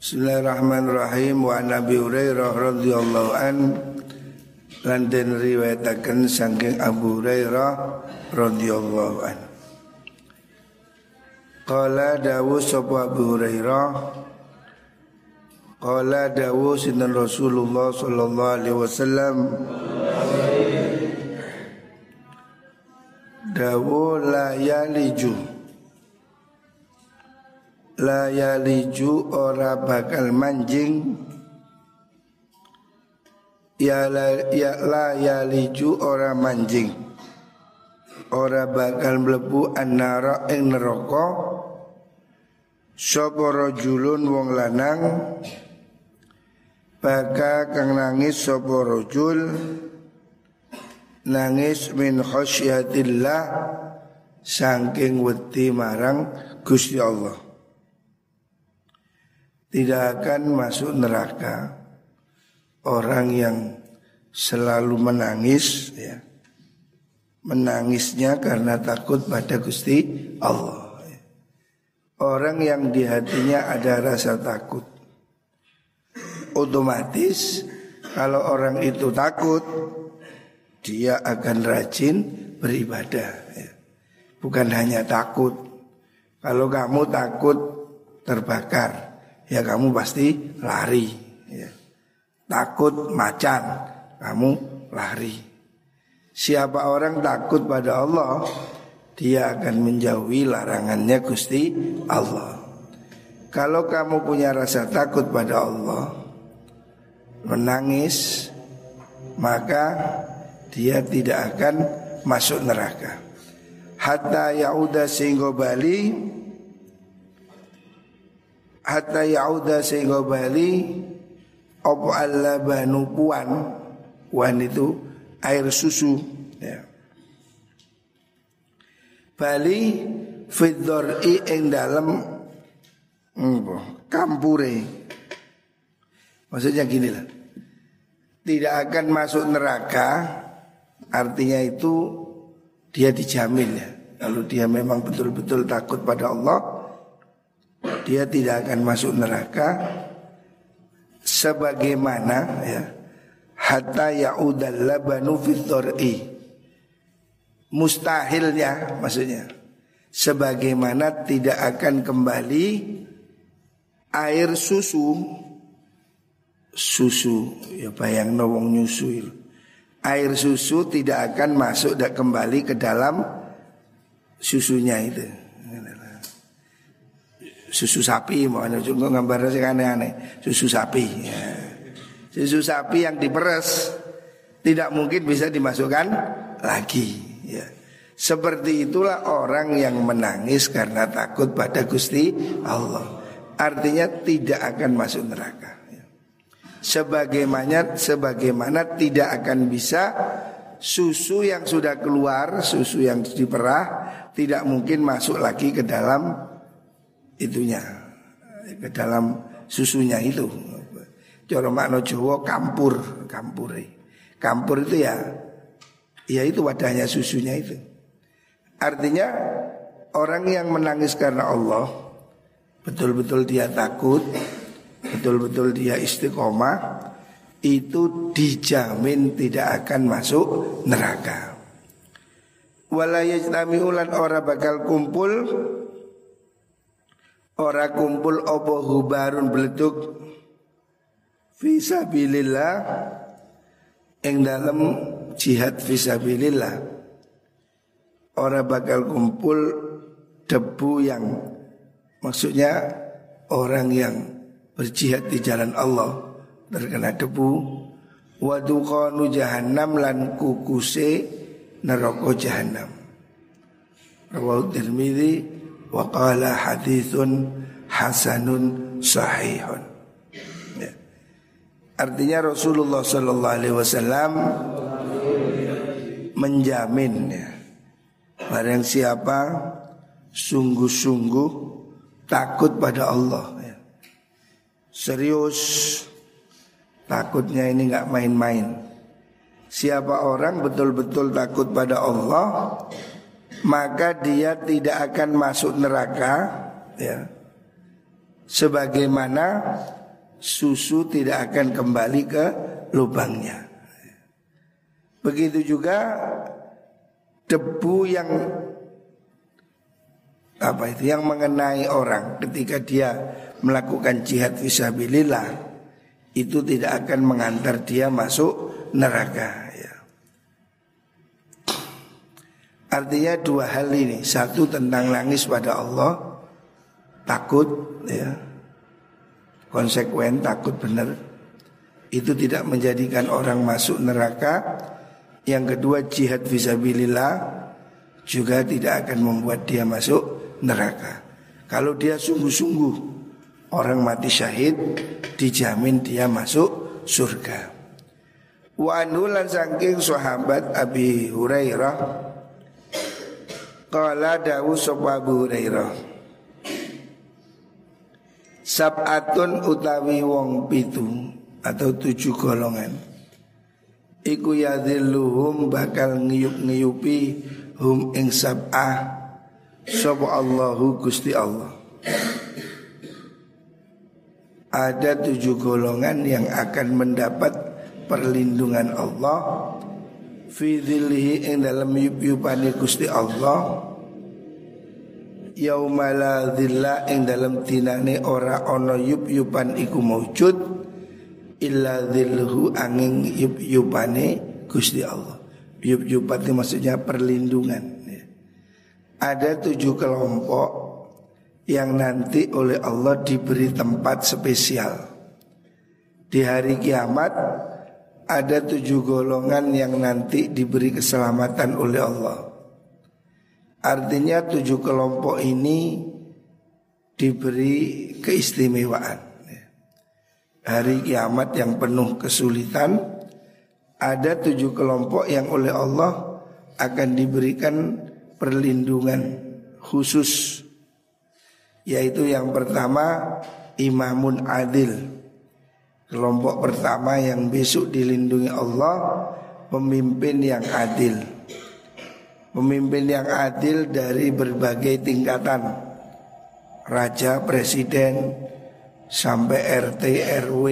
Bismillahirrahmanirrahim. Wa Nabi Hurairah radhiyallahu an lan den riwayataken saking Abu Hurairah radhiyallahu an. Qala dawu sapa Abu Hurairah, qala dawu sinten Rasulullah sallallahu alaihi wasallam, dawu la yaliju ora bakal manjing, la yaliju ora manjing, ora bakal mlebu annara ing neraka sapa rajulun wong lanang baka kang nangis sapa rajul nangis min khasyatillah saking wedi marang Gusti Allah. Tidak akan masuk neraka orang yang selalu menangis, ya. Menangisnya karena takut pada Gusti Allah. Orang yang di hatinya ada rasa takut, otomatis kalau orang itu takut, dia akan rajin beribadah, ya. Bukan hanya takut. Kalau kamu takut terbakar, ya kamu pasti lari, ya. Takut macan, kamu lari. Siapa orang takut pada Allah, dia akan menjauhi larangannya Gusti Allah. Kalau kamu punya rasa takut pada Allah, menangis, maka dia tidak akan masuk neraka. Hatta yauda sehingga bali, hatta yauda sehingga bali opo allabanu puan itu air susu, ya. Bali fidzor'i ing dalem kampure. Maksudnya gini lah, tidak akan masuk neraka, artinya itu dia dijamin, ya. Kalau dia memang betul-betul takut pada Allah, dia tidak akan masuk neraka sebagaimana, ya, hatta ya'udal labanu fidzor'i. Mustahilnya maksudnya sebagaimana tidak akan kembali air susu, ya bayang wong nyusu, air susu tidak akan masuk dan kembali ke dalam susunya itu. Susu sapi, mau juga gambarnya sih aneh-aneh. Susu sapi, ya. Susu sapi yang diperes tidak mungkin bisa dimasukkan lagi, ya. Seperti itulah orang yang menangis karena takut pada Gusti Allah, artinya tidak akan masuk neraka, ya. Sebagaimana tidak akan bisa susu yang sudah keluar, susu yang diperah tidak mungkin masuk lagi ke dalam itunya, ke dalam susunya itu. Cara makna Jawa kampur itu ya itu wadahnya susunya itu. Artinya orang yang menangis karena Allah, betul-betul dia takut, betul-betul dia istiqomah, itu dijamin tidak akan masuk neraka. Wala yajtami'u lan ora bakal kumpul, ora kumpul opo hubarun beleduk fisabilillah ing dalam jihad fisabilillah. Ora bakal kumpul debu yang, maksudnya orang yang berjihad di jalan Allah terkena debu. Wa duqanu jahannam lan kukuse neraka jahannam. Rawahu Tirmidzi wa qala haditsun hasanun sahihun, ya. Artinya Rasulullah sallallahu alaihi wasallam menjamin, ya, barang siapa sungguh-sungguh takut pada Allah, ya, serius takutnya ini enggak main-main. Siapa orang betul-betul takut pada Allah, maka dia tidak akan masuk neraka, ya. sebagaimana susu tidak akan kembali ke lubangnya. Begitu juga debu yang yang mengenai orang ketika dia melakukan jihad fisabilillah itu tidak akan mengantar dia masuk neraka ya. Artinya dua hal ini, satu tentang nangis pada Allah, takut ya, konsekuen takut benar, itu tidak menjadikan orang masuk neraka. Yang kedua jihad fisabilillah juga tidak akan membuat dia masuk neraka. Kalau dia sungguh-sungguh orang mati syahid, dijamin dia masuk surga. Wa anulan saking sahabat Abi Hurairah qala dawu sapa Abu Hurairah, sab'atun utawi wong pitu atau 7 golongan iku yadhilluhum bakal ngiyup-ngiyupi hum ing sab'ah sapa Allahu Gusti Allah. Ada 7 golongan yang akan mendapat perlindungan Allah fi dhillihi ing dalam yup-yupane Gusti Allah yaumala dhilla ing dalam dinane ora ana yup-yupan iku maujud illa dhilluhu angin yup-yupane Gusti Allah. Yup-yupan itu maksudnya perlindungan ya. Ada 7 kelompok yang nanti oleh Allah diberi tempat spesial. Di hari kiamat ada 7 golongan yang nanti diberi keselamatan oleh Allah. Artinya 7 kelompok ini diberi keistimewaan. Hari kiamat yang penuh kesulitan, ada 7 kelompok yang oleh Allah akan diberikan perlindungan khusus. Yaitu yang pertama imamun adil. Kelompok pertama yang besok dilindungi Allah, pemimpin yang adil. Pemimpin yang adil dari berbagai tingkatan, raja, presiden, sampai RT, RW,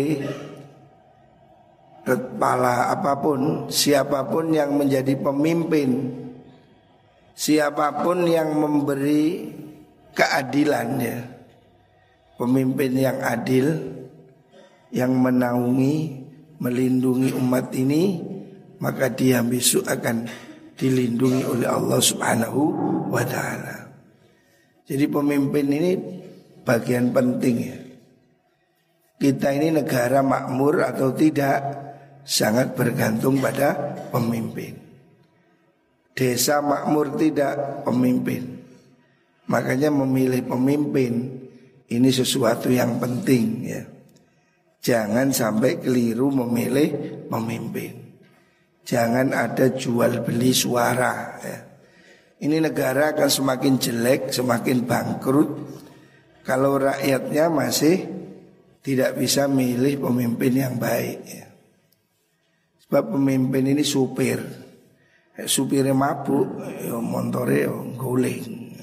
kepala apapun, siapapun yang menjadi pemimpin, siapapun yang memberi keadilannya, pemimpin yang adil, yang menaungi, melindungi umat ini, maka dia besok akan dilindungi oleh Allah Subhanahu wa ta'ala. Jadi pemimpin ini bagian penting ya. Kita ini negara makmur atau tidak sangat bergantung pada pemimpin. Desa makmur tidak, pemimpin. Makanya memilih pemimpin ini sesuatu yang penting ya. Jangan sampai keliru memilih pemimpin. Jangan ada jual beli suara ya. Ini negara akan semakin jelek, semakin bangkrut kalau rakyatnya masih tidak bisa milih pemimpin yang baik ya. Sebab pemimpin ini supir, supirnya mabuk, montore guling.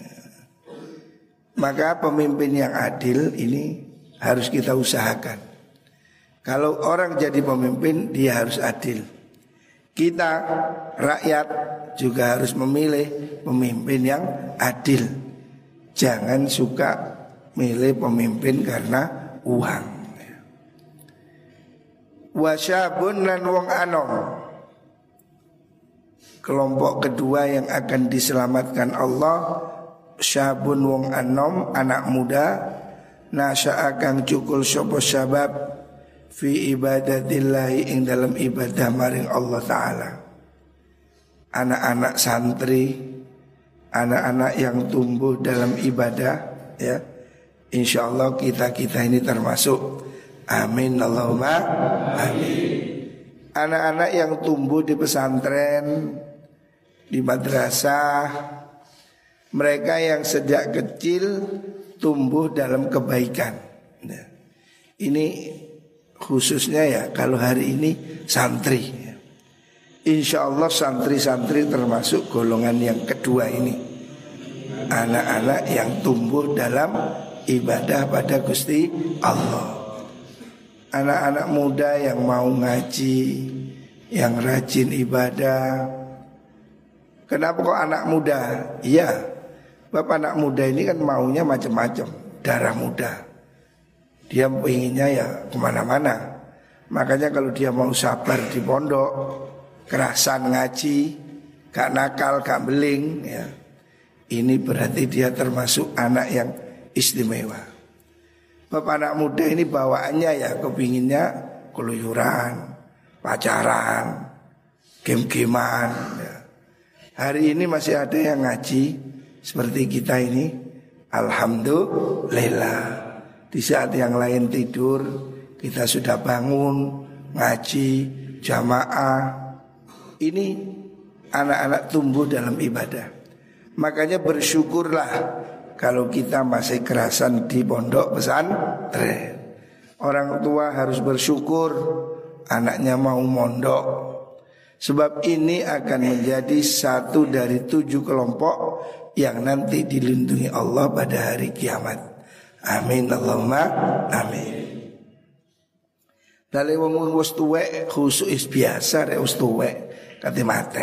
Maka pemimpin yang adil ini harus kita usahakan. Kalau orang jadi pemimpin, dia harus adil. Kita rakyat juga harus memilih pemimpin yang adil. Jangan suka milih pemimpin karena uang. Wasyabun lan wong anom. Kelompok kedua yang akan diselamatkan Allah, syabun wong anom, anak muda, nasya'a kang cukul sapa syabab fi ibadatillahi ing dalam ibadah maring Allah Ta'ala. Anak-anak santri, anak-anak yang tumbuh dalam ibadah ya. InsyaAllah kita ini termasuk. Amin Allahumma amin. Anak-anak yang tumbuh di pesantren, di madrasah, mereka yang sejak kecil tumbuh dalam kebaikan. Nah, ini khususnya ya kalau hari ini santri. InsyaAllah santri-santri termasuk golongan yang kedua ini. Anak-anak yang tumbuh dalam ibadah pada Gusti Allah. Anak-anak muda yang mau ngaji, yang rajin ibadah. Kenapa kok anak muda? Iya, bapak anak muda ini kan maunya macam-macam, darah muda. Dia inginnya ya kemana-mana. Makanya kalau dia mau sabar di pondok, kerasan ngaji, gak nakal, gak beling ya, ini berarti dia termasuk anak yang istimewa. Bapak anak muda ini bawaannya ya kepinginnya keluyuran, pacaran, game-gamean ya. Hari ini masih ada yang ngaji seperti kita ini, alhamdulillah. Di saat yang lain tidur, kita sudah bangun, ngaji, jamaah. Ini anak-anak tumbuh dalam ibadah. Makanya bersyukurlah kalau kita masih kerasan di pondok pesantren. Orang tua harus bersyukur anaknya mau mondok. Sebab ini akan menjadi satu dari 7 kelompok yang nanti dilindungi Allah pada hari kiamat. Amin Allahumma amin. Dale wong wis tuwek khusuk is biasa rek wis tuwek kate mate.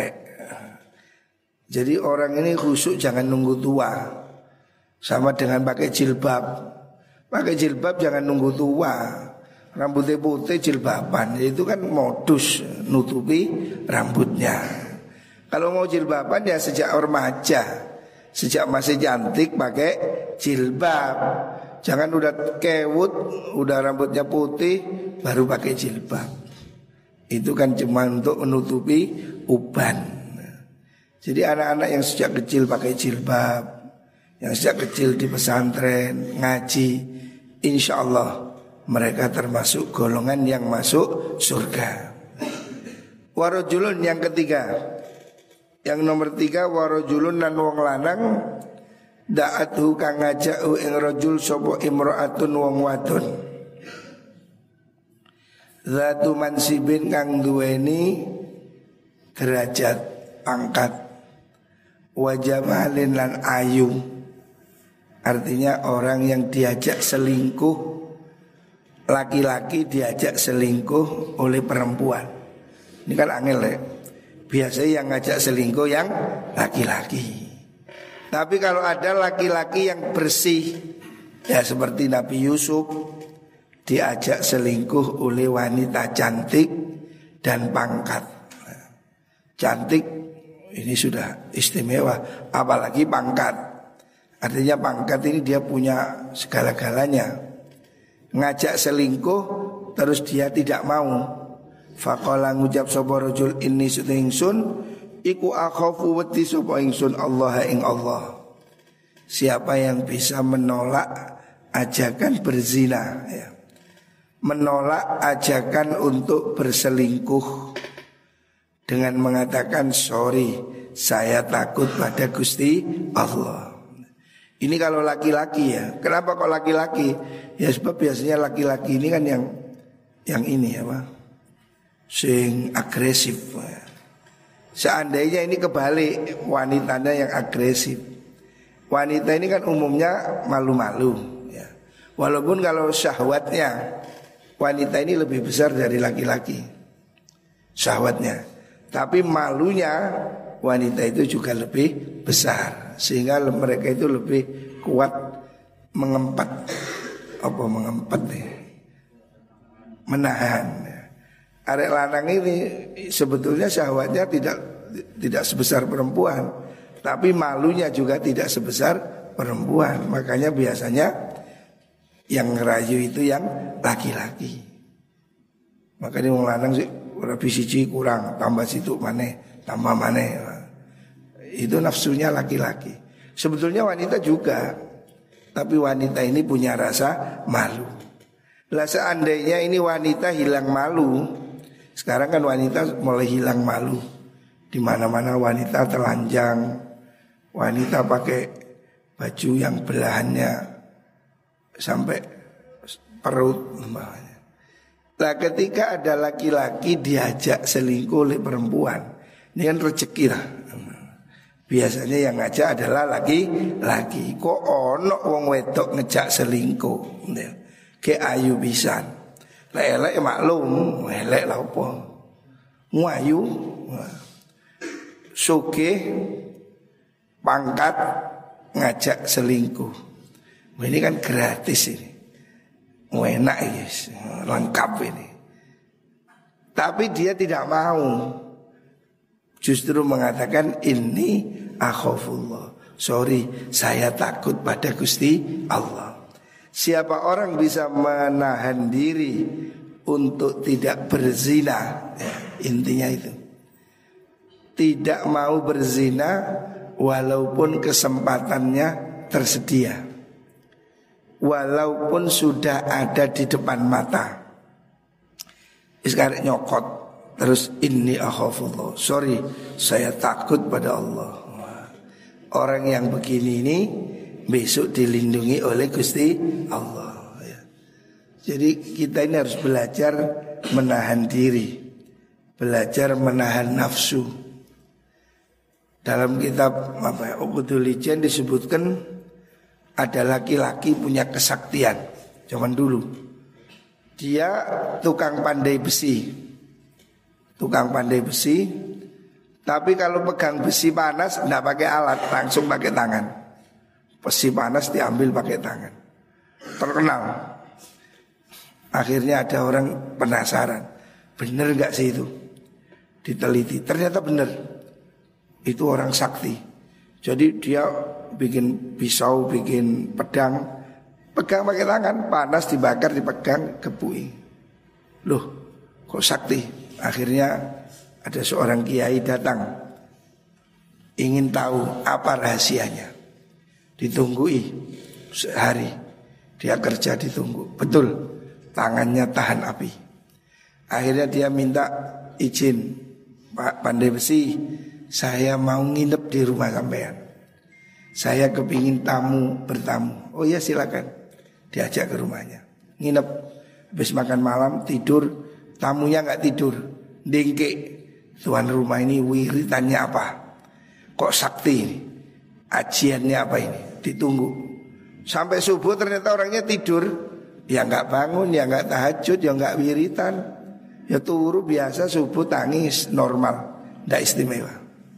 Jadi orang ini khusuk jangan nunggu tua. Sama dengan pakai jilbab. Pakai jilbab jangan nunggu tua. Rambutnya putih jilbaban, itu kan modus nutupi rambutnya. Kalau mau jilbaban ya sejak remaja, sejak masih cantik pakai jilbab. Jangan udah kewut, udah rambutnya putih baru pakai jilbab. Itu kan cuma untuk menutupi uban. Jadi anak-anak yang sejak kecil pakai jilbab, yang sejak kecil di pesantren ngaji, insya Allah mereka termasuk golongan yang masuk surga. Warajulun yang ketiga, yang nomor 3, warajulun nan wong lanang da'athu kang ngajak ing rajul sapa imra'atun wong wadon. Zatu mansibin kang duweni derajat pangkat, wajamalin lan ayu. Artinya orang yang diajak selingkuh, laki-laki diajak selingkuh oleh perempuan. Ini kan angel ya. Biasanya yang ngajak selingkuh yang laki-laki. Tapi kalau ada laki-laki yang bersih, ya seperti Nabi Yusuf, diajak selingkuh oleh wanita cantik dan pangkat. Cantik ini sudah istimewa, apalagi pangkat. Artinya pangkat ini dia punya segala-galanya. Ngajak selingkuh terus dia tidak mau. Faqala ngucap sapa rajul inni ingsun iku akhafu wati sapa ingsun Allah ing Allah. Siapa yang bisa menolak ajakan berzina ya, menolak ajakan untuk berselingkuh dengan mengatakan sorry, saya takut pada Gusti Allah. Ini kalau laki-laki ya. Kenapa kok laki-laki? Ya sebab biasanya laki-laki ini kan yang ini ya Pak, sing agresif. Seandainya ini kebalik, wanitanya yang agresif. Wanita ini kan umumnya malu-malu ya. Walaupun kalau syahwatnya wanita ini lebih besar dari laki-laki syahwatnya, tapi malunya wanita itu juga lebih besar. Sehingga mereka itu lebih kuat mengempat, menahan. Arek lanang ini sebetulnya syahwatnya tidak sebesar perempuan, tapi malunya juga tidak sebesar perempuan. Makanya biasanya yang ngerayu itu yang laki-laki. Makanya wong lanang sih lebih siji kurang, tambah situ maneh, tambah maneh. Itu nafsunya laki-laki. Sebetulnya wanita juga, tapi wanita ini punya rasa malu. Lah seandainya ini wanita hilang malu, sekarang kan wanita mulai hilang malu. Di mana-mana wanita telanjang, wanita pakai baju yang belahannya sampai perut. Nah ketika ada laki-laki diajak selingkuh oleh perempuan, ini kan rezeki lah. Biasanya yang ngajak adalah laki-laki. Kok ono wong wedok ngejak selingkuh. Kayak ayu pisan. Lek maklum, elek lha opo. Muayu. Sugih pangkat ngajak selingkuh. Ini kan gratis ini. Enak guys, lengkap ini. Tapi dia tidak mau. Justru mengatakan ini akhafullah. Sorry, saya takut pada Gusti Allah. Siapa orang bisa menahan diri untuk tidak berzina, ya, intinya itu. Tidak mau berzina walaupun kesempatannya tersedia, walaupun sudah ada di depan mata. Sekarang nyokot, terus ini akhafullah. Sorry, saya takut pada Allah. Orang yang begini ini besok dilindungi oleh Gusti Allah, ya. Jadi kita ini harus belajar menahan diri, belajar menahan nafsu. Dalam kitab Uqudul Hijan disebutkan ada laki-laki punya kesaktian zaman dulu. Dia tukang pandai besi. Tukang pandai besi. Tapi kalau pegang besi panas enggak pakai alat, langsung pakai tangan. Besi panas diambil pakai tangan. Terkenal. Akhirnya ada orang penasaran, bener enggak sih itu? Diteliti, ternyata bener. Itu orang sakti. Jadi dia bikin pisau, bikin pedang, pegang pakai tangan, panas dibakar, dipegang, kebui. Loh, kok sakti? Akhirnya ada seorang kiai datang, ingin tahu apa rahasianya. Ditunggui sehari, dia kerja ditunggu. Betul, tangannya tahan api. Akhirnya dia minta izin, Pak Pandai Besi, saya mau nginep di rumah sampean. Saya kepingin bertamu. Oh ya silakan. Diajak ke rumahnya, nginep. Habis makan malam tidur, tamunya nggak tidur, dengke. Tuan rumah ini wiritannya apa? Kok sakti ini? Ajiannya apa ini? Ditunggu sampai subuh, ternyata orangnya tidur. Ya nggak bangun, ya nggak tahajud, ya nggak wiritan, ya turu biasa subuh tangis normal, nggak istimewa.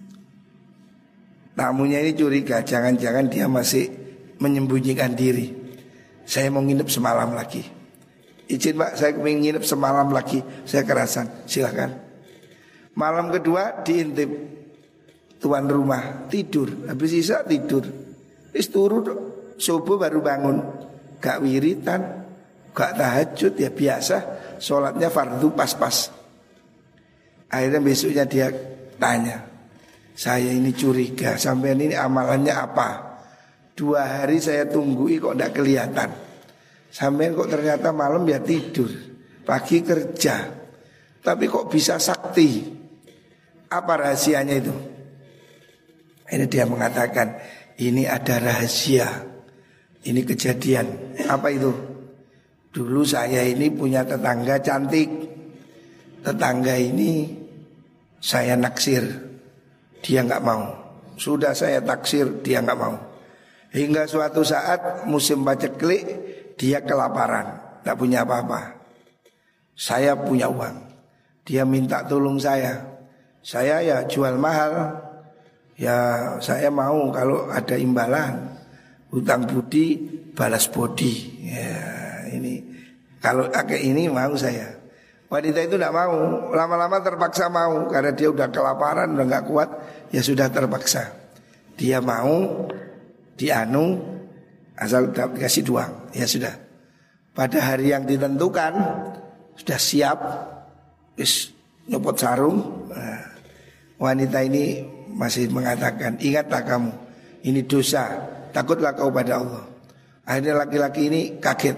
Tamunya ini curiga, jangan-jangan dia masih menyembunyikan diri. Saya mau nginep semalam lagi. Izin Pak, saya ingin nginep semalam lagi, saya kerasan, silakan. Malam kedua diintip, tuan rumah tidur, habis isya tidur. Turu subuh baru bangun, gak wiritan, gak tahajud, ya biasa, sholatnya fardu pas-pas. Akhirnya besoknya dia tanya, saya ini curiga, sampean ini amalannya apa? 2 hari saya tunggui kok tidak kelihatan. Sampean kok ternyata malam ya tidur, pagi kerja, tapi kok bisa sakti? Apa rahasianya itu? Ini dia mengatakan, ini ada rahasia. Ini kejadian. Apa itu? Dulu saya ini punya tetangga cantik. Tetangga ini saya naksir, dia nggak mau. Sudah saya taksir, dia nggak mau. Hingga suatu saat musim paceklik, dia kelaparan, nggak punya apa-apa. Saya punya uang, dia minta tolong saya. Saya ya jual mahal, ya saya mau kalau ada imbalan, hutang budi balas bodi. Ya ini kalau kayak ini mau saya. Wanita itu tidak mau, lama-lama terpaksa mau karena dia udah kelaparan, udah nggak kuat, ya sudah terpaksa. Dia mau dianu asal dikasih uang, ya sudah. Pada hari yang ditentukan sudah siap, nyopot sarung. Nah, wanita ini masih mengatakan, ingatlah kamu, ini dosa, takutlah kau pada Allah. Akhirnya laki-laki ini kaget,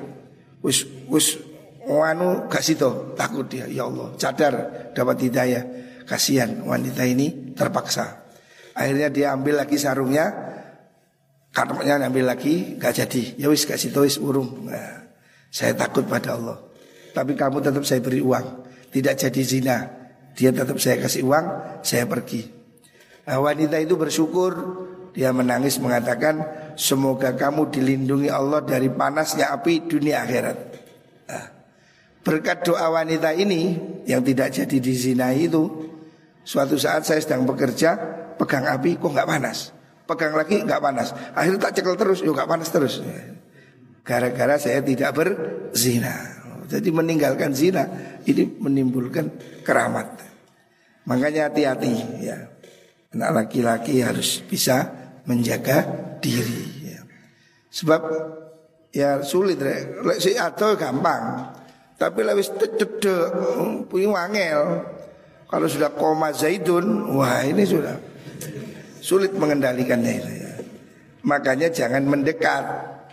gak situ, takut dia, ya Allah, cadar dapat hidayah. Kasihan wanita ini terpaksa. Akhirnya dia ambil lagi sarungnya, karpetnya ambil lagi, gak jadi. Ya wis gak situ, wis urung. Nah, saya takut pada Allah, tapi kamu tetap saya beri uang, tidak jadi zina. Dia tetap saya kasih uang, saya pergi. Nah, wanita itu bersyukur, dia menangis mengatakan, semoga kamu dilindungi Allah dari panasnya api dunia akhirat. Nah, berkat doa wanita ini yang tidak jadi dizinai itu, suatu saat saya sedang bekerja, pegang api kok nggak panas, pegang lagi nggak panas, akhirnya tak cekel terus, yuk nggak panas terus. Gara-gara saya tidak berzina. Jadi meninggalkan zina ini menimbulkan keramat. Makanya hati-hati ya. Anak laki-laki harus bisa menjaga diri ya. Sebab ya sulit rek si ado gampang. Tapi lewis cedek punya wangel. Kalau sudah koma zaidun, wah ini sudah sulit mengendalikannya itu ya. Makanya jangan mendekat.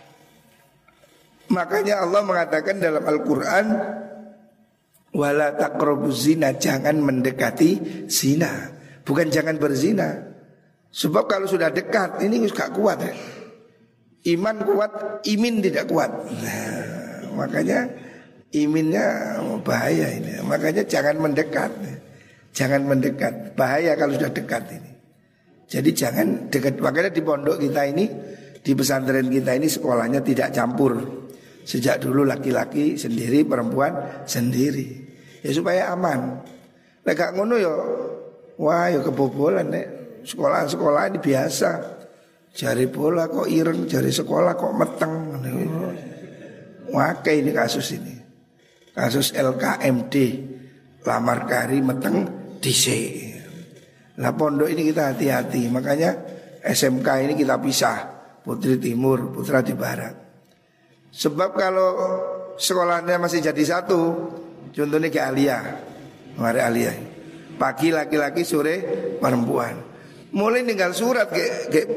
Makanya Allah mengatakan dalam Al-Quran, wala taqrabuz zina, jangan mendekati zina. Bukan jangan berzina. Sebab kalau sudah dekat ini gak kuat ya. Iman kuat, imin tidak kuat. Nah, makanya iminnya bahaya ini. Makanya jangan mendekat. Jangan mendekat. Bahaya kalau sudah dekat ini. Jadi jangan dekat. Makanya di pondok kita ini, di pesantren kita ini sekolahnya tidak campur. Sejak dulu laki-laki sendiri, perempuan sendiri. Ya supaya aman. Nek gak ngono ya wah ya kebobolan nek. Sekolah-sekolah ini biasa. Jari bola kok ireng, jari sekolah kok meteng. Wah kayak ini kasus ini. Kasus LKMD, lamar kari meteng dhisik. Lah pondok ini kita hati-hati. Makanya SMK ini kita pisah, Putri Timur, Putra di Barat. Sebab kalau sekolahnya masih jadi satu, contohnya kayak Alia, mari Alia, pagi laki-laki, sore perempuan. Mulai tinggal surat kayak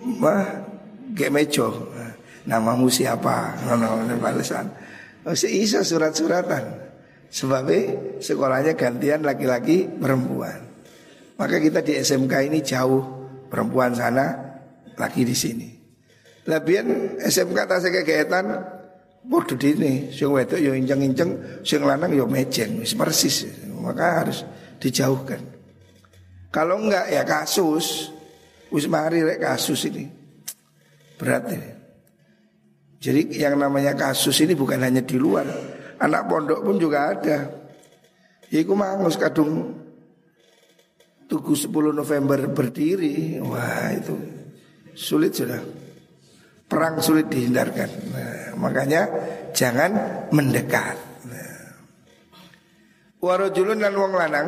mejo, namamu siapa, nono balasan. Seisa surat-suratan. Sebabnya sekolahnya gantian laki-laki perempuan. Maka kita di SMK ini jauh, perempuan sana, laki di sini. Labian SMK tak kegiatan bodoh dini, sing wedok yo inceng-inceng, sing lanang yo mejeng, persis. Maka harus dijauhkan. Kalau enggak ya kasus, wis mari rek kasus ini. Berat ini. Jadi yang namanya kasus ini bukan hanya di luar, anak pondok pun juga ada. Iku mangus kadung Tugu 10 November berdiri. Wah itu sulit sudah. Perang sulit dihindarkan. Nah, makanya jangan mendekat. Nah. Warajulun dan wong lanang.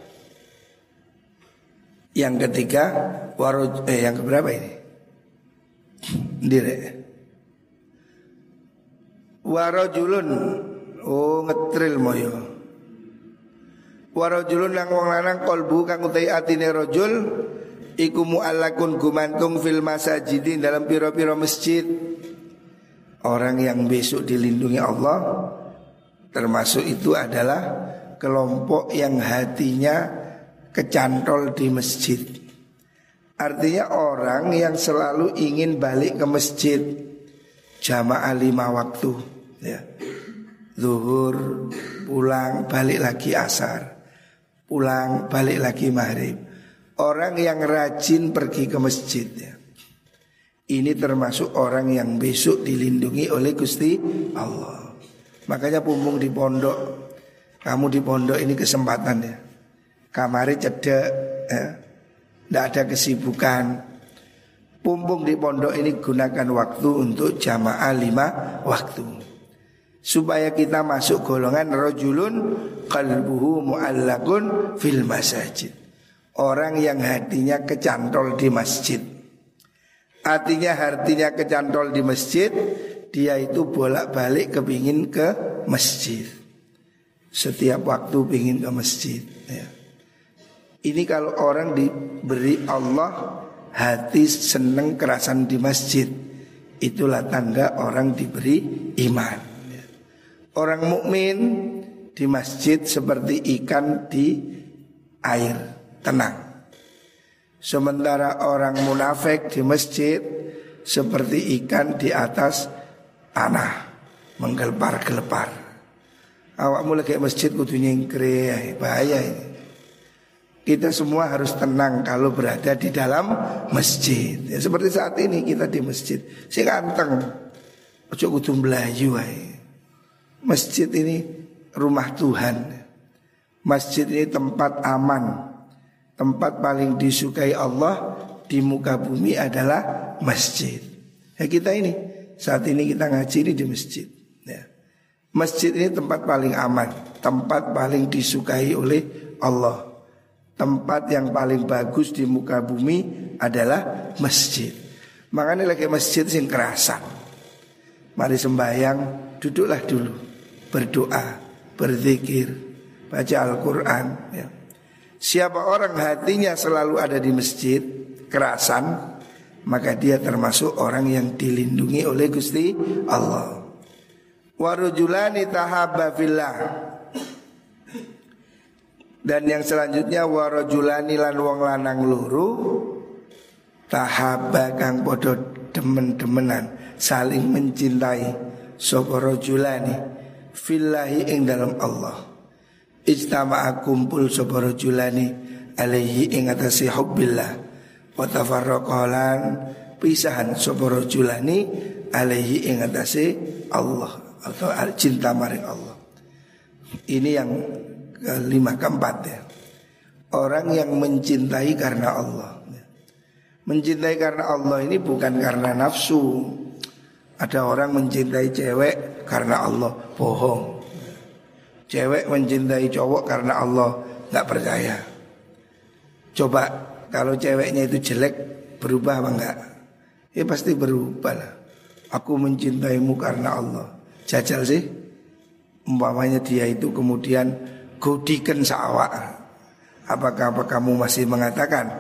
Yang ketiga yang keberapa ini? Ndire. Warajulun. Oh ngetril moyo. Warajulun nang wong lanang kolbu kang utai atine rajul iku mu'allakun gumantung fil masajidin dalam piro-piro masjid. Orang yang besok dilindungi Allah termasuk itu adalah kelompok yang hatinya kecantol di masjid. Artinya orang yang selalu ingin balik ke masjid jamaah 5 waktu ya. Zuhur, pulang, balik lagi asar, pulang, balik lagi maghrib. Orang yang rajin pergi ke masjid ya. Ini termasuk orang yang besok dilindungi oleh Gusti Allah. Makanya pumpung di pondok. Kamu di pondok ini kesempatan ya. Kamare cedek ya. Tidak ada kesibukan. Pumpung di pondok ini gunakan waktu untuk jamaah 5 waktu. Supaya kita masuk golongan rajulun qalbuhu mu'allakun fil masajid. Orang yang hatinya kecantol di masjid. Artinya hatinya kecantol di masjid, dia itu bolak-balik kepingin ke masjid. Setiap waktu pingin ke masjid ya. Ini kalau orang diberi Allah hati seneng kerasan di masjid, itulah tanda orang diberi iman ya. Orang mukmin di masjid seperti ikan di air, tenang. Sementara orang munafik di masjid seperti ikan di atas tanah, menggelepar-gelepar. Awak mulai kayak masjid kudu nyingkre, bahaya ini. kita semua harus tenang kalau berada di dalam masjid. Ya, seperti saat ini kita di masjid. Sing anteng. Ojo kudu mlayu wae. Masjid ini rumah Tuhan. Masjid ini tempat aman. Tempat paling disukai Allah di muka bumi adalah masjid. Ya kita ini saat ini kita ngaji ini di masjid. Ya. Masjid ini tempat paling aman, tempat paling disukai oleh Allah. Tempat yang paling bagus di muka bumi adalah masjid. Makanya lagi masjid sing kerasan. Mari sembahyang, duduklah dulu, berdoa, berzikir, baca Al-Quran. Ya. Siapa orang hatinya selalu ada di masjid, kerasan, maka dia termasuk orang yang dilindungi oleh Gusti Allah. Warujulani tahabba fillah. Dan yang selanjutnya warajulani lan wong lanang loro tahabba kang padha demen-demenan saling mencintai sapa rajulani fillahi ing dalam Allah. Ijtama'a kumpul sapa rajulani alaihi ing atase hubbillah wa tafarraqalan pisahan sapa rajulani alaihi ing atase Allah atau cinta maring Allah. Ini yang kelima keempat ya. Orang yang mencintai karena Allah. Mencintai karena Allah ini bukan karena nafsu. Ada orang mencintai cewek karena Allah, bohong. Cewek mencintai cowok karena Allah, gak percaya. Coba kalau ceweknya itu jelek, berubah apa enggak? Ya pasti berubah lah. Aku mencintaimu karena Allah. Jajal sih. Umpamanya dia itu kemudian godiken sawak. Apakah kamu masih mengatakan?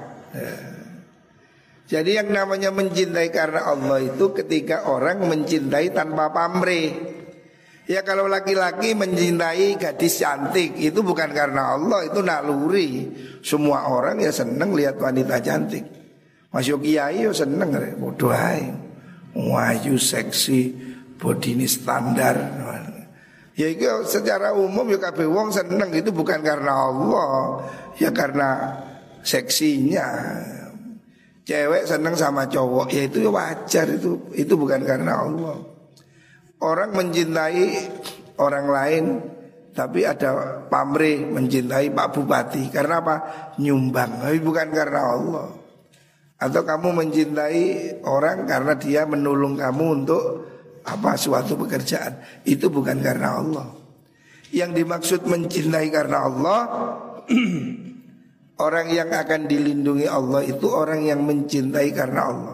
Jadi yang namanya mencintai karena Allah itu ketika orang mencintai tanpa pamrih. Ya kalau laki-laki mencintai gadis cantik itu bukan karena Allah, itu naluri. Semua orang ya seneng lihat wanita cantik. Mas Kiai ya seneng bodoh ae. Wayu seksi, body ini standar. Ya itu secara umum ya kabeh wong seneng, itu bukan karena Allah, ya karena seksinya. Cewek seneng sama cowok, ya itu wajar, itu bukan karena Allah. Orang mencintai orang lain tapi ada pamrih mencintai Pak Bupati karena apa? Nyumbang, tapi bukan karena Allah. Atau kamu mencintai orang karena dia menolong kamu untuk apa suatu pekerjaan, itu bukan karena Allah. Yang dimaksud mencintai karena Allah orang yang akan dilindungi Allah itu orang yang mencintai karena Allah.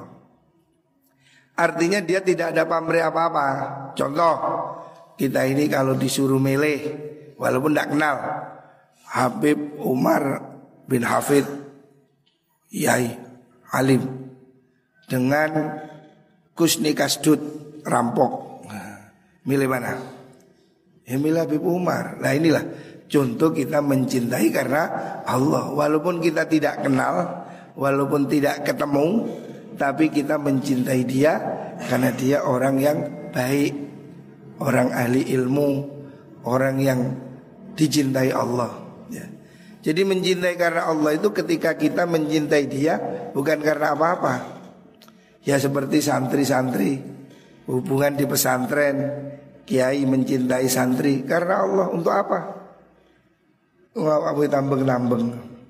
Artinya dia tidak ada pamrih apa-apa. Contoh, kita ini kalau disuruh milih walaupun tidak kenal Habib Umar bin Hafid Yai Alim dengan Kusni Kasdut rampok, milih mana? Ya milih Habib Umar. Nah inilah contoh kita mencintai karena Allah. Walaupun kita tidak kenal, walaupun tidak ketemu, tapi kita mencintai dia karena dia orang yang baik, orang ahli ilmu, orang yang dicintai Allah ya. Jadi mencintai karena Allah itu ketika kita mencintai dia bukan karena apa-apa. Ya seperti santri-santri hubungan di pesantren, kiai mencintai santri karena Allah. Untuk apa? Apa tambeng-tambeng.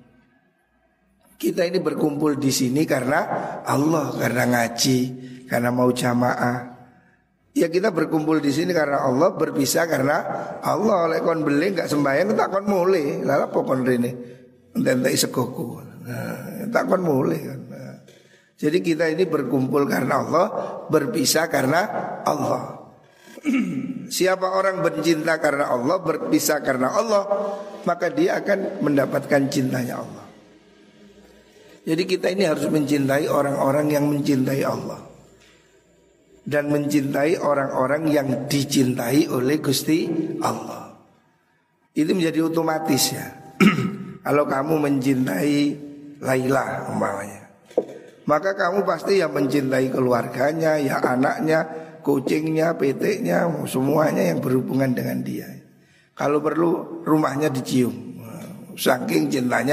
Kita ini berkumpul di sini karena Allah, karena ngaji, karena mau jamaah. Ya kita berkumpul di sini karena Allah, berpisah karena Allah. Oleh kon beli enggak sembahyang tak kon mulai. Lah apa kon rene? Entek segoku. Tak kon mulai kan. Jadi kita ini berkumpul karena Allah, berpisah karena Allah. Siapa orang bercinta karena Allah, berpisah karena Allah, maka dia akan mendapatkan cintanya Allah. Jadi kita ini harus mencintai orang-orang yang mencintai Allah dan mencintai orang-orang yang dicintai oleh Gusti Allah. Itu menjadi otomatis ya. Kalau kamu mencintai Laila umpamanya, maka kamu pasti ya mencintai keluarganya, ya anaknya, kucingnya, peteknya, semuanya yang berhubungan dengan dia. Kalau perlu rumahnya dicium, saking cintanya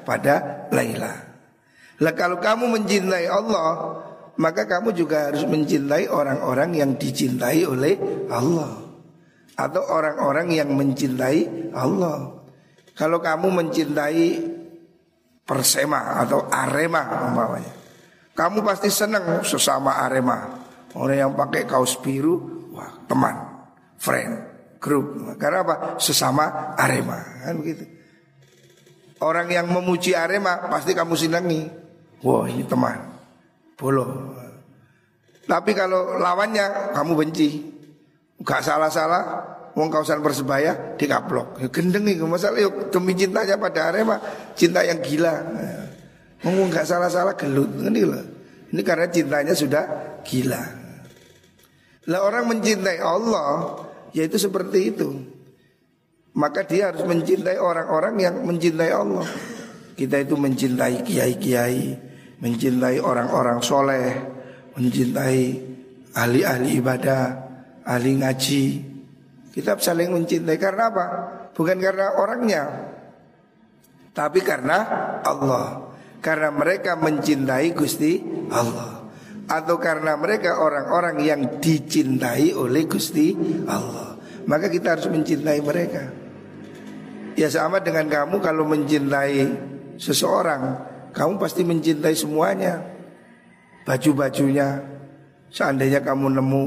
pada Laila. Lah kalau kamu mencintai Allah, maka kamu juga harus mencintai orang-orang yang dicintai oleh Allah, atau orang-orang yang mencintai Allah. Kalau kamu mencintai Persema atau Arema umpamanya, kamu pasti senang sesama Arema. Orang yang pakai kaos biru, wah teman, friend, grup. Karena apa? Sesama Arema, kan begitu. Orang yang memuji Arema pasti kamu senangi. Wah ini teman, bolo. Tapi kalau lawannya kamu benci, gak salah-salah, wong kausan Persebaya dikaplok. Ya gendeng itu masalah yuk demi cintanya pada Arema, cinta yang gila. Wong gak salah-salah gelut ini loh. Ini karena cintanya sudah gila. Lah orang mencintai Allah yaitu seperti itu. Maka dia harus mencintai orang-orang yang mencintai Allah. Kita itu mencintai kiai-kiai, mencintai orang-orang soleh, mencintai ahli-ahli ibadah, ahli ngaji. Kita saling mencintai karena apa? Bukan karena orangnya, tapi karena Allah. Karena mereka mencintai Gusti Allah, atau karena mereka orang-orang yang dicintai oleh Gusti Allah. Maka kita harus mencintai mereka. Ya sama dengan kamu kalau mencintai seseorang, kamu pasti mencintai semuanya. Baju-bajunya, seandainya kamu nemu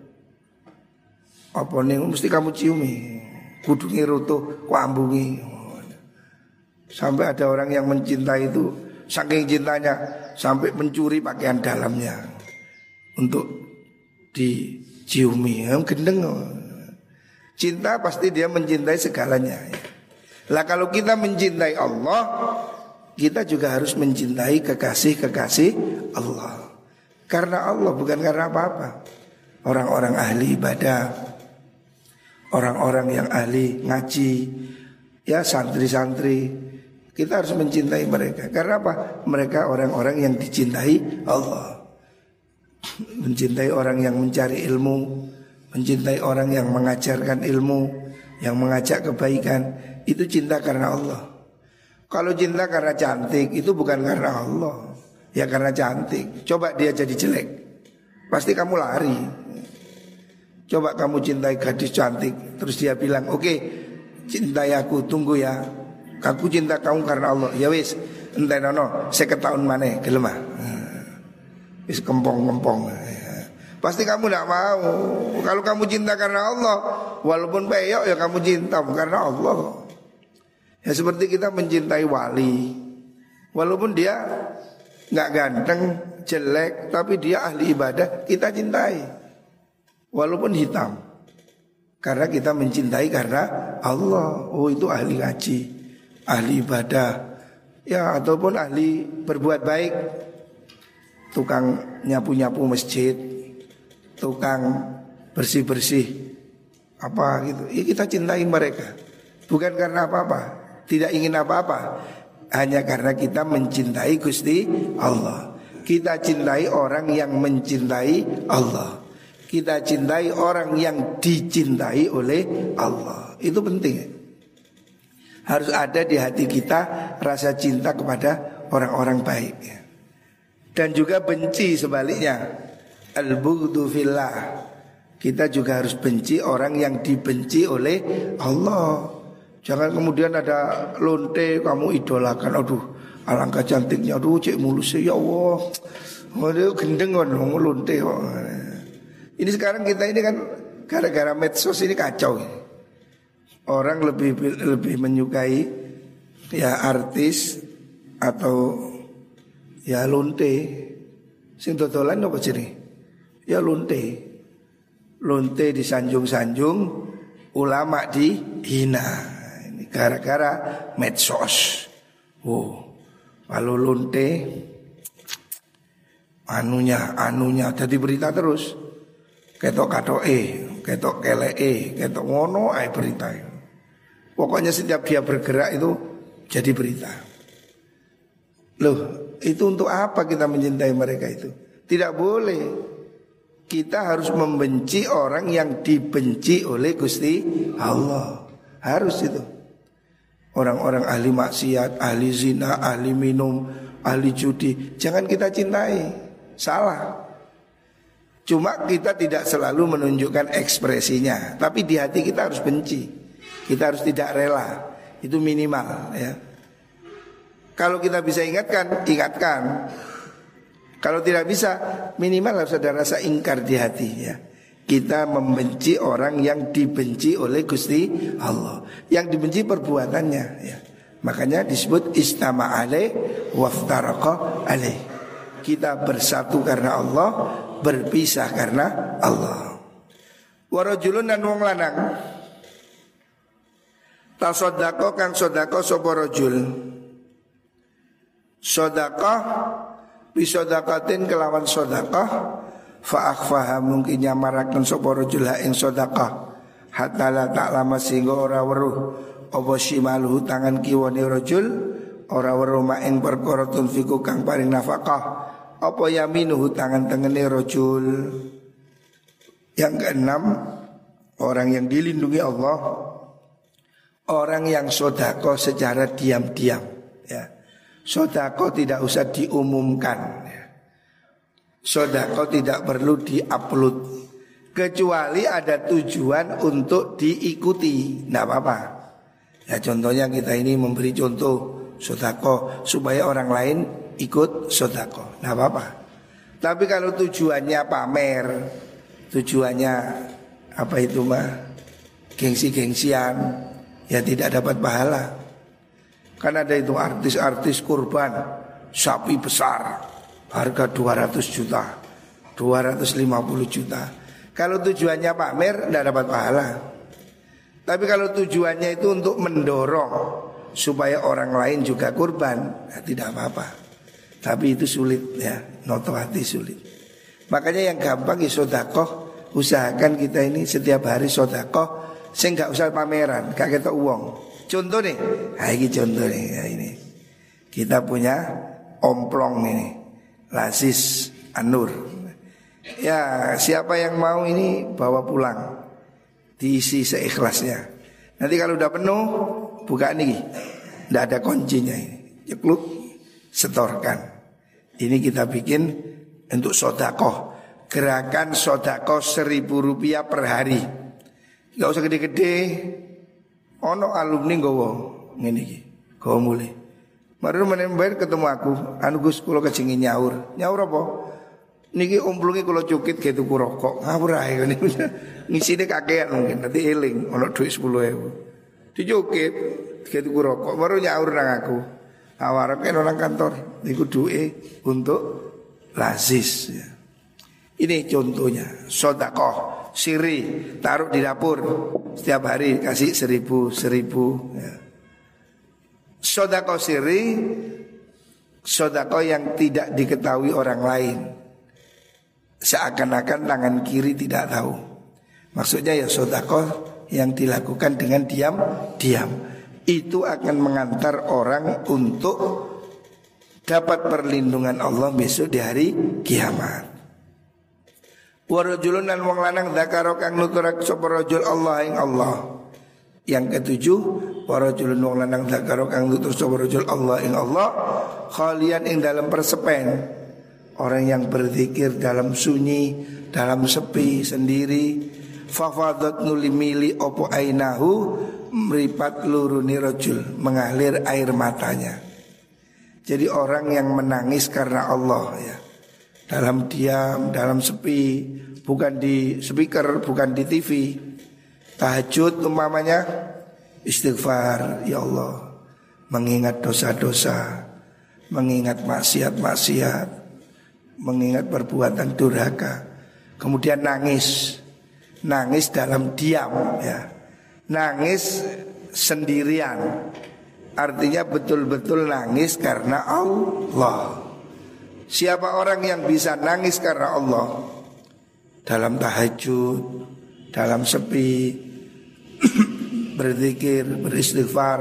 apa nih, mesti kamu ciumi. Kudungi rutuh, kuambungi. Sampai ada orang yang mencintai itu, saking cintanya sampai mencuri pakaian dalamnya untuk diciumi. Gendeng. Cinta pasti dia mencintai segalanya. Lah kalau kita mencintai Allah, kita juga harus mencintai kekasih-kekasih Allah. Karena Allah, bukan karena apa-apa. Orang-orang ahli ibadah, orang-orang yang ahli ngaji, ya santri-santri, kita harus mencintai mereka. Karena apa? Mereka orang-orang yang dicintai Allah. Mencintai orang yang mencari ilmu, mencintai orang yang mengajarkan ilmu, yang mengajak kebaikan, itu cinta karena Allah. Kalau cinta karena cantik, itu bukan karena Allah, ya karena cantik. Coba dia jadi jelek, pasti kamu lari. Coba kamu cintai gadis cantik, terus dia bilang, oke, cintai aku, tunggu ya, aku cinta kamu karena Allah. Ya wis, entah nono, 50 tahun mana, gelem ah. Wis kempong-kempong. Pasti kamu tidak mau. Kalau kamu cinta karena Allah, walaupun peyok ya kamu cinta karena Allah. Ya seperti kita mencintai wali, walaupun dia nggak ganteng, jelek, tapi dia ahli ibadah, kita cintai. Walaupun hitam, karena kita mencintai karena Allah. Oh itu ahli ngaji, ahli ibadah, ya ataupun ahli berbuat baik, tukang nyapu-nyapu masjid, tukang bersih-bersih apa gitu. Ya kita cintai mereka, bukan karena apa-apa, tidak ingin apa-apa, hanya karena kita mencintai Gusti Allah. Kita cintai orang yang mencintai Allah. Kita cintai orang yang dicintai oleh Allah. Itu penting. Harus ada di hati kita rasa cinta kepada orang-orang baik. Dan juga benci sebaliknya. Al-bughdu fillah. Kita juga harus benci orang yang dibenci oleh Allah. Jangan kemudian ada lonte kamu idolakan. Aduh, alangkah cantiknya. Aduh, cek mulusnya ya Allah. Waduh, gendeng kan lonte. Ini sekarang kita ini kan gara-gara medsos ini kacau. Orang lebih menyukai ya artis atau ya lonte. Sing dodolan apa jenenge? Ya lonte. Lonte disanjung-sanjung, ulama dihina. Ini gara-gara medsos. Oh, kalau lonte anunya jadi berita terus. Ketok ketok kelee, ketok ngono ae berita. Pokoknya setiap dia bergerak itu jadi berita. Loh, itu untuk apa kita mencintai mereka itu? Tidak boleh. Kita harus membenci orang yang dibenci oleh Gusti Allah. Harus itu. orang-orang ahli maksiat, ahli zina, ahli minum, ahli judi, jangan kita cintai. Salah. Cuma kita tidak selalu menunjukkan ekspresinya, tapi di hati kita harus benci. Kita harus tidak rela. Itu minimal ya. Kalau kita bisa ingatkan, ingatkan. Kalau tidak bisa, minimal harus ada rasa ingkar di hati ya. Kita membenci orang yang dibenci oleh Gusti Allah, yang dibenci perbuatannya ya. Makanya disebut istama alaih waftaraqa alaih. Kita bersatu karena Allah, berpisah karena Allah. Warajulun dan wong lanang tasodako kang sodako sapa rajul. Sodako bisodakatin kelawan sodako fa akhfaha mungkin nyamaraken sapa rajul ha ing sedekah hatta la ta'lama sehingga ora weruh apa shimaluhu tangan kiwane rajul ora weruh mak ing perkara tunfiku kang paring nafkah apa yaminuhu tangan tengene rajul. Yang keenam, orang yang dilindungi Allah, orang yang sedekah secara diam-diam ya. Sedekah tidak usah diumumkan ya. Sedekah tidak perlu diupload kecuali ada tujuan untuk diikuti, tidak apa-apa. Ya contohnya kita ini memberi contoh sedekah supaya orang lain ikut sedekah, tidak apa-apa. Tapi kalau tujuannya pamer, tujuannya apa itu mah gengsi-gengsian, ya tidak dapat pahala. Kan ada itu artis-artis kurban sapi besar harga 200 juta, 250 juta. Kalau tujuannya pamer tidak dapat pahala. Tapi kalau tujuannya itu untuk mendorong supaya orang lain juga kurban, nah, tidak apa-apa. Tapi itu sulit ya, noto hati sulit. Makanya yang gampang ya sedekah, usahakan kita ini setiap hari sedekah, sing gak usah pameran, gak ketok uang. Contoh nih, nah ini contoh nih, ya ini. Kita punya omplong ini, Lazis An-Nur. Ya siapa yang mau ini bawa pulang, diisi seikhlasnya. Nanti kalau udah penuh, buka nih, tidak ada kuncinya ini, cekluk, setorkan. Ini kita bikin untuk sodakoh, gerakan sodakoh 1.000 rupiah per hari. Gak usah gede-gede. Ono alumni gowo ngene iki, gowo mulai. Baru menembar ketemu aku, anu Gus kula kejengin nyaur. Nyaur apa? Niki omplunge kula cukit ge tuku rokok. Ngawur ae ngene. Ngisine kakean mungkin nanti eling ono dhuwit 10.000. Dicukit ge tuku rokok, baru nyaur nang aku. Awarep kan orang kantor, niku duwe untuk Lazis ya. Ini contohnya sedekah siri, taruh di dapur setiap hari kasih 1.000 ya. Sedekah siri, sedekah yang tidak diketahui orang lain, seakan-akan tangan kiri tidak tahu. Maksudnya ya sedekah yang dilakukan dengan diam-diam, itu akan mengantar orang untuk dapat perlindungan Allah besok di hari kiamat. Warajulun dan wong lanang dzakara kang nuturak sapa rajul Allah ing Allah. Yang ketujuh, warajulun wong lanang dzakara kang nutur sapa rajul Allah ing Allah khalian ing dalam persepen. Orang yang berzikir dalam sunyi, dalam sepi sendiri, fafadat nulimili opo ainahu meripat luruni rajul, mengalir air matanya. Jadi orang yang menangis karena Allah ya, dalam diam, dalam sepi, bukan di speaker, bukan di TV. Tahajud umpamanya, istighfar, ya Allah, mengingat dosa-dosa, mengingat maksiat-maksiat, mengingat perbuatan durhaka. Kemudian nangis dalam diam ya, nangis sendirian. Artinya betul-betul nangis karena Allah. Siapa orang yang bisa nangis karena Allah, dalam tahajud, dalam sepi, berzikir, beristighfar,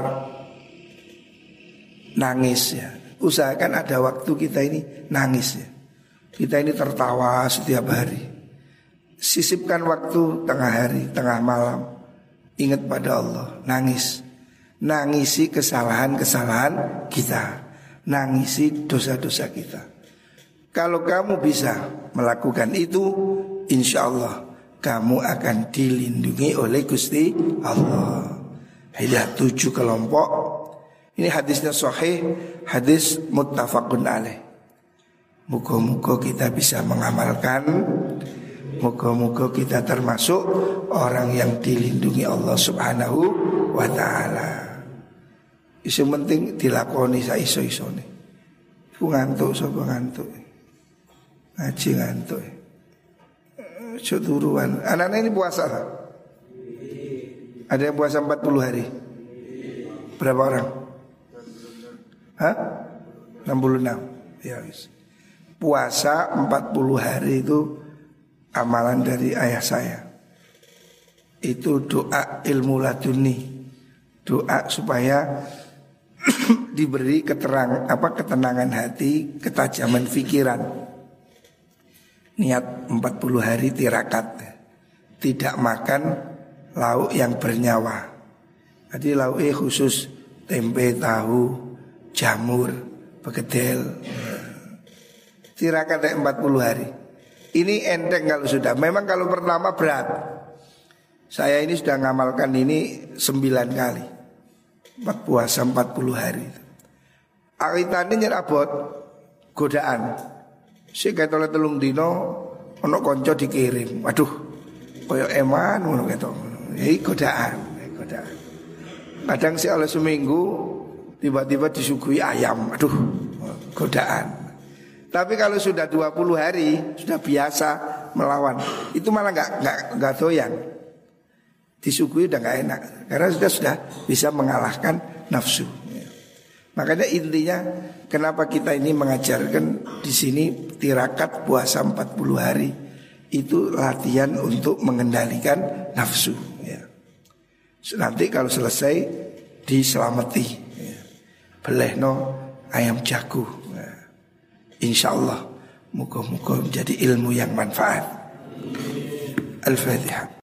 nangis ya. Usahakan ada waktu kita ini nangis ya. Kita ini tertawa setiap hari. Sisipkan waktu tengah hari, tengah malam, ingat pada Allah, nangis. nangisi kesalahan-kesalahan kita, nangisi dosa-dosa kita. Kalau kamu bisa melakukan itu, insya Allah kamu akan dilindungi oleh Gusti Allah. Ada 7 kelompok. Ini hadisnya sahih, hadis muttafaqun alaih. Moga-moga kita bisa mengamalkan. Moga-moga kita termasuk orang yang dilindungi Allah Subhanahu wa ta'ala. Isu penting dilakoni saiso-isone. Ku ngantuk sapa ngantuk. Ngaji ngantuk. Turuan. Anak-anak ini puasa tak? Ada yang puasa 40 hari? Berapa orang? Hah? 66. Ya wis. Puasa 40 hari itu amalan dari ayah saya. Itu doa ilmu laduni. Doa supaya diberi ketenangan hati, ketajaman pikiran. Niat 40 hari tirakat. Tidak makan lauk yang bernyawa. Jadi lauknya khusus tempe, tahu, jamur, begedel. Tirakat 40 hari. Ini enteng kalau sudah. Memang kalau pertama berat. Saya ini sudah ngamalkan ini 9 kali. Puasa 40 hari. Awitane nyerabot godaan. Si kata oleh telung dino ono konco dikirim. Waduh, koyo eman ngono keto. Iki godaan. Kadang sih oleh seminggu tiba-tiba disuguhi ayam. Aduh, godaan. Tapi kalau sudah 20 hari sudah biasa melawan, itu malah enggak doyan. Disuguhi udah enggak enak karena sudah bisa mengalahkan nafsu. Makanya intinya kenapa kita ini mengajarkan di sini tirakat puasa 40 hari itu latihan untuk mengendalikan nafsu. Ya. Nanti kalau selesai diselamati, ya. Belehno ayam jago. Ya. Insya Allah, muka-muka menjadi ilmu yang manfaat. Al-Fatihah.